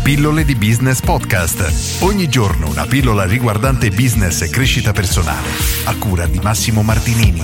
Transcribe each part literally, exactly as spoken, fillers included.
Pillole di Business Podcast. Ogni giorno una pillola riguardante business e crescita personale. A cura di Massimo Martinini.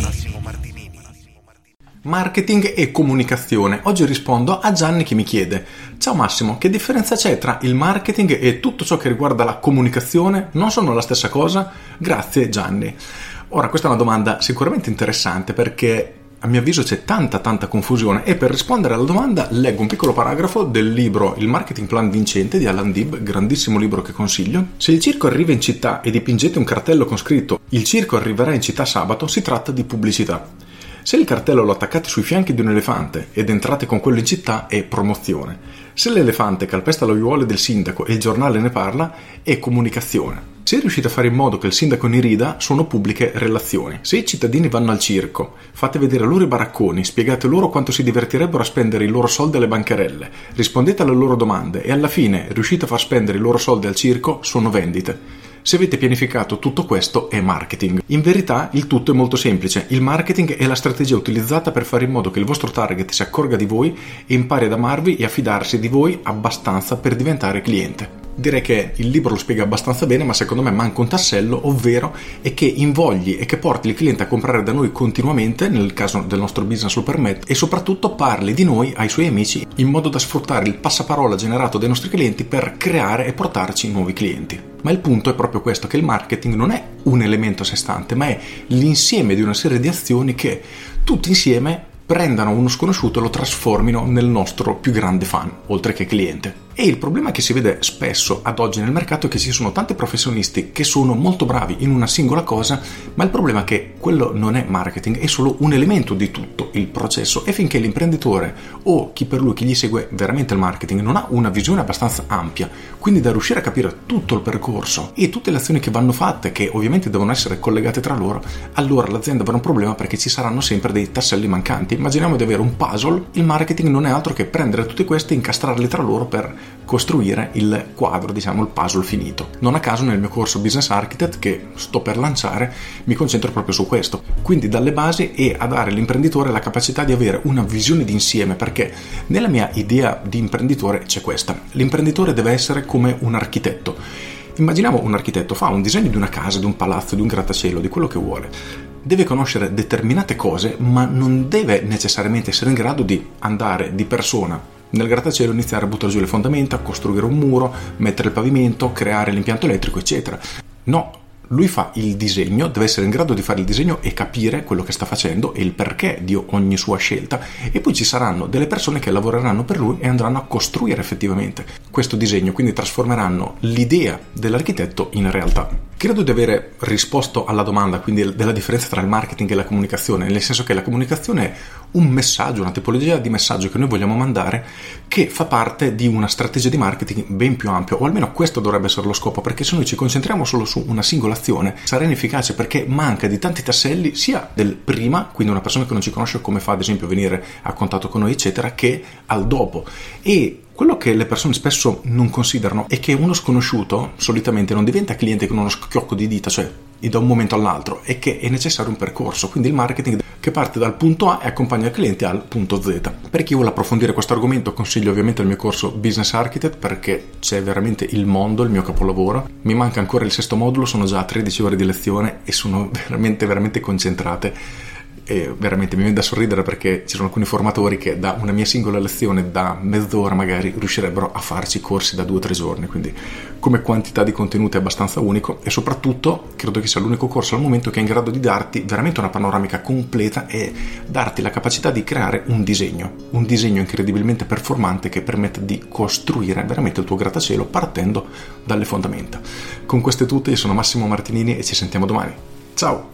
Marketing e comunicazione. Oggi rispondo a Gianni che mi chiede: ciao Massimo, che differenza c'è tra il marketing e tutto ciò che riguarda la comunicazione? Non sono la stessa cosa? Grazie Gianni. Ora, questa è una domanda sicuramente interessante perché a mio avviso c'è tanta tanta confusione e per rispondere alla domanda leggo un piccolo paragrafo del libro Il marketing plan vincente di Alan Dib, grandissimo libro che consiglio. Se il circo arriva in città e dipingete un cartello con scritto "Il circo arriverà in città sabato", si tratta di pubblicità. Se il cartello lo attaccate sui fianchi di un elefante ed entrate con quello in città è promozione. Se l'elefante calpesta l'aiuole del sindaco e il giornale ne parla è comunicazione. Se riuscite a fare in modo che il sindaco ne rida, sono pubbliche relazioni. Se i cittadini vanno al circo, fate vedere loro i baracconi, spiegate loro quanto si divertirebbero a spendere i loro soldi alle bancarelle, rispondete alle loro domande e alla fine riuscite a far spendere i loro soldi al circo, sono vendite. Se avete pianificato tutto questo è marketing. In verità il tutto è molto semplice. Il marketing è la strategia utilizzata per fare in modo che il vostro target si accorga di voi e impari ad amarvi e a fidarsi di voi abbastanza per diventare cliente. Direi che il libro lo spiega abbastanza bene, ma secondo me manca un tassello, ovvero è che invogli e che porti il cliente a comprare da noi continuamente, nel caso del nostro business lo permette, e soprattutto parli di noi ai suoi amici in modo da sfruttare il passaparola generato dai nostri clienti per creare e portarci nuovi clienti. Ma il punto è proprio questo, che il marketing non è un elemento a sé stante, ma è l'insieme di una serie di azioni che tutti insieme prendano uno sconosciuto e lo trasformino nel nostro più grande fan, oltre che cliente. E il problema che si vede spesso ad oggi nel mercato è che ci sono tanti professionisti che sono molto bravi in una singola cosa, ma il problema è che quello non è marketing, è solo un elemento di tutto il processo, e finché l'imprenditore o chi per lui, chi gli segue veramente il marketing non ha una visione abbastanza ampia, quindi da riuscire a capire tutto il percorso e tutte le azioni che vanno fatte, che ovviamente devono essere collegate tra loro, allora l'azienda avrà un problema perché ci saranno sempre dei tasselli mancanti. Immaginiamo di avere un puzzle, il marketing non è altro che prendere tutti questi e incastrarli tra loro per costruire il quadro, diciamo il puzzle finito. Non a caso nel mio corso Business Architect che sto per lanciare mi concentro proprio su questo, quindi dalle basi e a dare all'imprenditore la capacità di avere una visione d'insieme, perché nella mia idea di imprenditore c'è questa: l'imprenditore deve essere come un architetto. Immaginiamo un architetto fa un disegno di una casa, di un palazzo, di un grattacielo, di quello che vuole. Deve conoscere determinate cose, ma non deve necessariamente essere in grado di andare di persona nel grattacielo, iniziare a buttare giù le fondamenta, costruire un muro, mettere il pavimento, creare l'impianto elettrico, eccetera. No, lui fa il disegno, deve essere in grado di fare il disegno e capire quello che sta facendo e il perché di ogni sua scelta, e poi ci saranno delle persone che lavoreranno per lui e andranno a costruire effettivamente questo disegno, quindi trasformeranno l'idea dell'architetto in realtà. Credo di avere risposto alla domanda quindi della differenza tra il marketing e la comunicazione, nel senso che la comunicazione è un messaggio, una tipologia di messaggio che noi vogliamo mandare, che fa parte di una strategia di marketing ben più ampia, o almeno questo dovrebbe essere lo scopo, perché se noi ci concentriamo solo su una singola azione sarà inefficace, perché manca di tanti tasselli, sia del prima, quindi una persona che non ci conosce come fa ad esempio a venire a contatto con noi eccetera, che al dopo. E quello che le persone spesso non considerano è che uno sconosciuto solitamente non diventa cliente con uno schiocco di dita, cioè da un momento all'altro, e che è necessario un percorso, quindi il marketing che parte dal punto A e accompagna il cliente al punto Z. Per chi vuole approfondire questo argomento consiglio ovviamente il mio corso Business Architect, perché c'è veramente il mondo, il mio capolavoro. Mi manca ancora il sesto modulo, sono già a tredici ore di lezione e sono veramente veramente concentrate. E veramente mi viene da sorridere perché ci sono alcuni formatori che da una mia singola lezione da mezz'ora magari riuscirebbero a farci corsi da due o tre giorni, quindi come quantità di contenuti è abbastanza unico, e soprattutto credo che sia l'unico corso al momento che è in grado di darti veramente una panoramica completa e darti la capacità di creare un disegno un disegno incredibilmente performante che permette di costruire veramente il tuo grattacielo partendo dalle fondamenta. Con queste tutte, io sono Massimo Martinini e ci sentiamo domani. Ciao!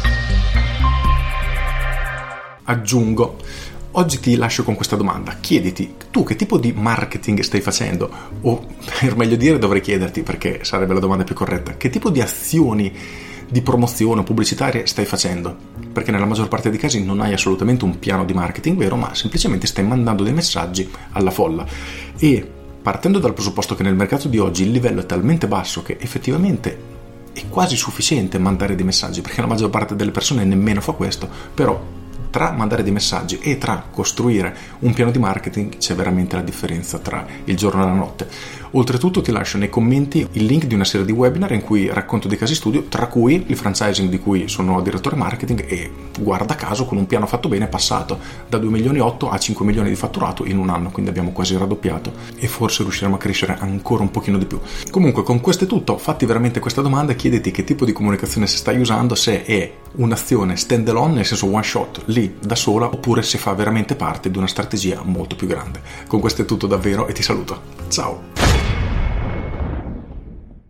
Aggiungo, oggi ti lascio con questa domanda: chiediti tu che tipo di marketing stai facendo, o per meglio dire dovrei chiederti, perché sarebbe la domanda più corretta, che tipo di azioni di promozione pubblicitarie stai facendo, perché nella maggior parte dei casi non hai assolutamente un piano di marketing vero, ma semplicemente stai mandando dei messaggi alla folla. E partendo dal presupposto che nel mercato di oggi il livello è talmente basso che effettivamente è quasi sufficiente mandare dei messaggi, perché la maggior parte delle persone nemmeno fa questo, però tra mandare dei messaggi e tra costruire un piano di marketing c'è veramente la differenza tra il giorno e la notte. Oltretutto ti lascio nei commenti il link di una serie di webinar in cui racconto dei casi studio, tra cui il franchising di cui sono direttore marketing e guarda caso con un piano fatto bene è passato da due milioni e otto a cinque milioni di fatturato in un anno, quindi abbiamo quasi raddoppiato e forse riusciremo a crescere ancora un pochino di più. Comunque con questo è tutto, fatti veramente questa domanda e chiediti che tipo di comunicazione stai usando, se è un'azione stand alone, nel senso one shot lì da sola, oppure se fa veramente parte di una strategia molto più grande. Con questo è tutto davvero e ti saluto. Ciao!